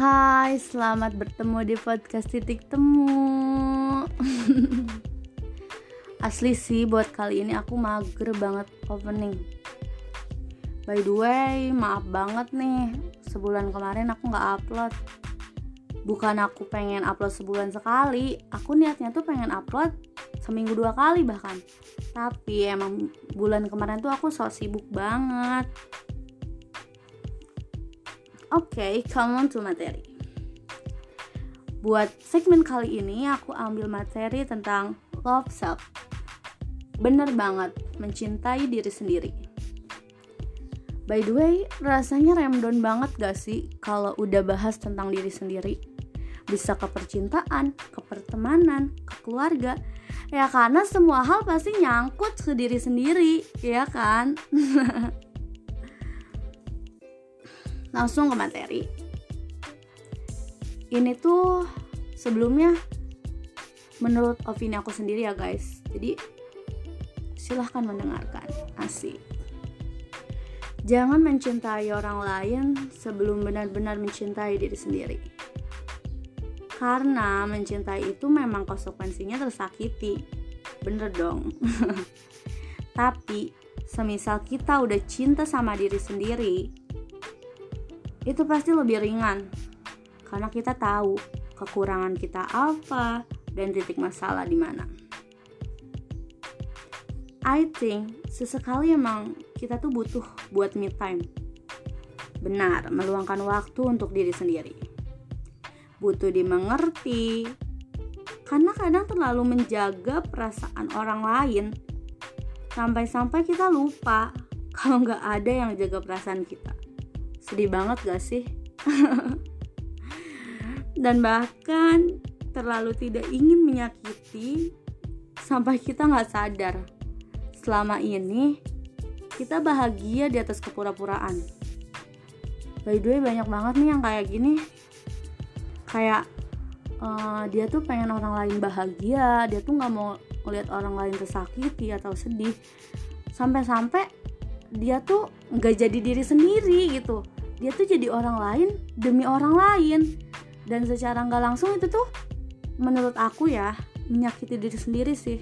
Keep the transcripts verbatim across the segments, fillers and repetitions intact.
Hai, selamat bertemu di podcast Titik Temu. Asli sih buat kali ini aku mager banget opening. By the way, maaf banget nih, sebulan kemarin aku gak upload. Bukan aku pengen upload sebulan sekali, aku niatnya tuh pengen upload seminggu dua kali bahkan. Tapi emang bulan kemarin tuh aku so sibuk banget. Oke, okay, come on to materi. Buat segmen kali ini aku ambil materi tentang love self. Bener banget, mencintai diri sendiri. By the way, rasanya random banget gak sih kalau udah bahas tentang diri sendiri? Bisa ke percintaan, ke pertemanan, ke keluarga. Ya karena semua hal pasti nyangkut ke diri sendiri, ya kan? Langsung ke materi. Ini tuh sebelumnya menurut opini aku sendiri ya guys. Jadi silahkan mendengarkan. Asik. Jangan mencintai orang lain sebelum benar-benar mencintai diri sendiri. Karena mencintai itu memang konsekuensinya tersakiti. Bener dong. Tapi semisal kita udah cinta sama diri sendiri, itu pasti lebih ringan karena kita tahu kekurangan kita apa dan titik masalah di mana. I think sesekali emang kita tuh butuh buat me time. Benar, meluangkan waktu untuk diri sendiri. Butuh dimengerti. Karena kadang terlalu menjaga perasaan orang lain sampai-sampai kita lupa kalau nggak ada yang jaga perasaan kita. Sedih banget gak sih? Dan bahkan terlalu tidak ingin menyakiti sampai kita gak sadar selama ini kita bahagia di atas kepura-puraan. By the way, banyak banget nih yang kayak gini. Kayak uh, dia tuh pengen orang lain bahagia, dia tuh gak mau ngeliat orang lain tersakiti atau sedih. Sampai-sampai dia tuh gak jadi diri sendiri gitu. Dia tuh jadi orang lain demi orang lain. Dan secara gak langsung itu tuh menurut aku ya menyakiti diri sendiri sih.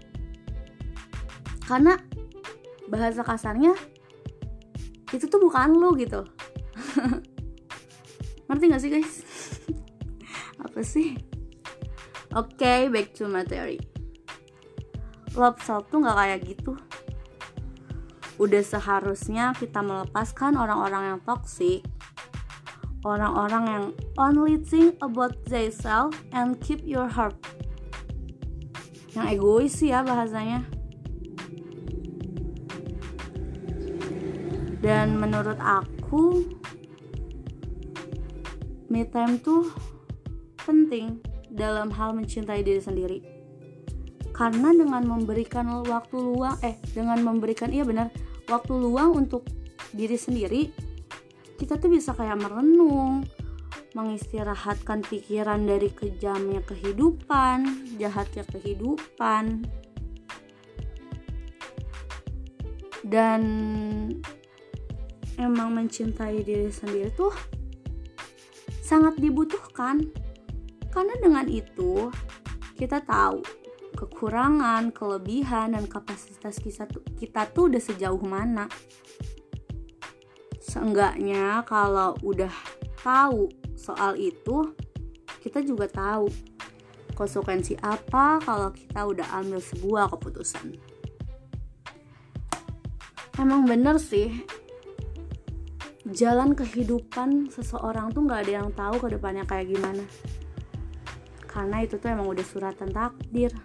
Karena bahasa kasarnya itu tuh bukan lo gitu. Ngerti gak sih guys? Apa sih? Oke, okay, back to materi. Love self tuh gak kayak gitu. Udah seharusnya kita melepaskan orang-orang yang toksik, orang-orang yang only think about themselves and keep your heart. Yang egois sih ya bahasanya. Dan menurut aku, me time tuh penting dalam hal mencintai diri sendiri. Karena dengan memberikan waktu luang, eh dengan memberikan iya benar waktu luang untuk diri sendiri, kita tuh bisa kayak merenung, mengistirahatkan pikiran dari kejamnya kehidupan, jahatnya kehidupan, dan emang mencintai diri sendiri tuh sangat dibutuhkan. Karena dengan itu kita tahu kekurangan, kelebihan, dan kapasitas kita tuh, kita tuh udah sejauh mana. Seenggaknya kalau udah tahu soal itu, kita juga tahu konsekuensi apa kalau kita udah ambil sebuah keputusan. Emang bener sih, jalan kehidupan seseorang tuh gak ada yang tahu ke depannya kayak gimana. Karena itu tuh emang udah suratan takdir.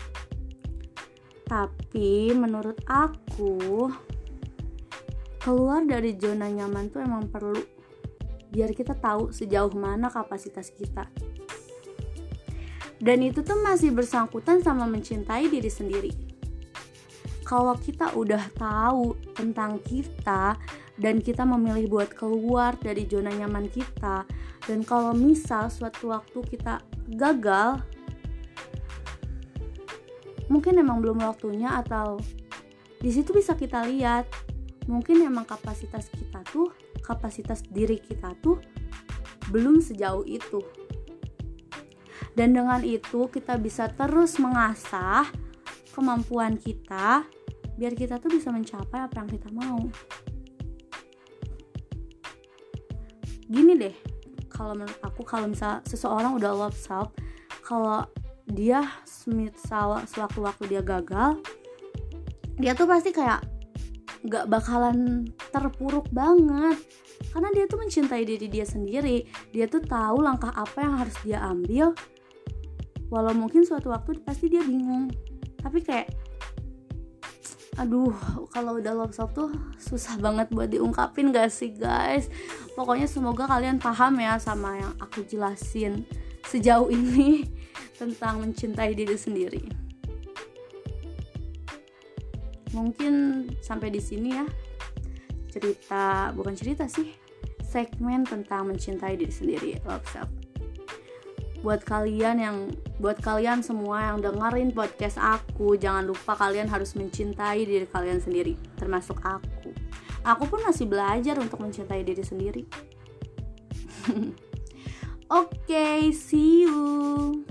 Tapi menurut aku, keluar dari zona nyaman tuh emang perlu, biar kita tahu sejauh mana kapasitas kita. Dan itu tuh masih bersangkutan sama mencintai diri sendiri. Kalau kita udah tahu tentang kita dan kita memilih buat keluar dari zona nyaman kita, dan kalau misal suatu waktu kita gagal, mungkin emang belum waktunya, atau di situ bisa kita lihat mungkin emang kapasitas kita tuh, kapasitas diri kita tuh belum sejauh itu. Dan dengan itu kita bisa terus mengasah kemampuan kita biar kita tuh bisa mencapai apa yang kita mau. Gini deh, kalau menurut aku, kalau misal seseorang udah love self, kalau dia misal sewaktu-waktu dia gagal, dia tuh pasti kayak gak bakalan terpuruk banget, karena dia tuh mencintai diri dia sendiri. Dia tuh tahu langkah apa yang harus dia ambil, walau mungkin suatu waktu pasti dia bingung. Tapi kayak aduh, kalau udah love self tuh susah banget buat diungkapin gak sih guys? Pokoknya semoga kalian paham ya sama yang aku jelasin sejauh ini tentang mencintai diri sendiri. Mungkin sampai di sini ya cerita, bukan cerita sih, segmen tentang mencintai diri sendiri, love self. Buat kalian yang buat kalian semua yang dengerin podcast aku, jangan lupa kalian harus mencintai diri kalian sendiri, termasuk aku. Aku pun masih belajar untuk mencintai diri sendiri. Oke, okay, see you.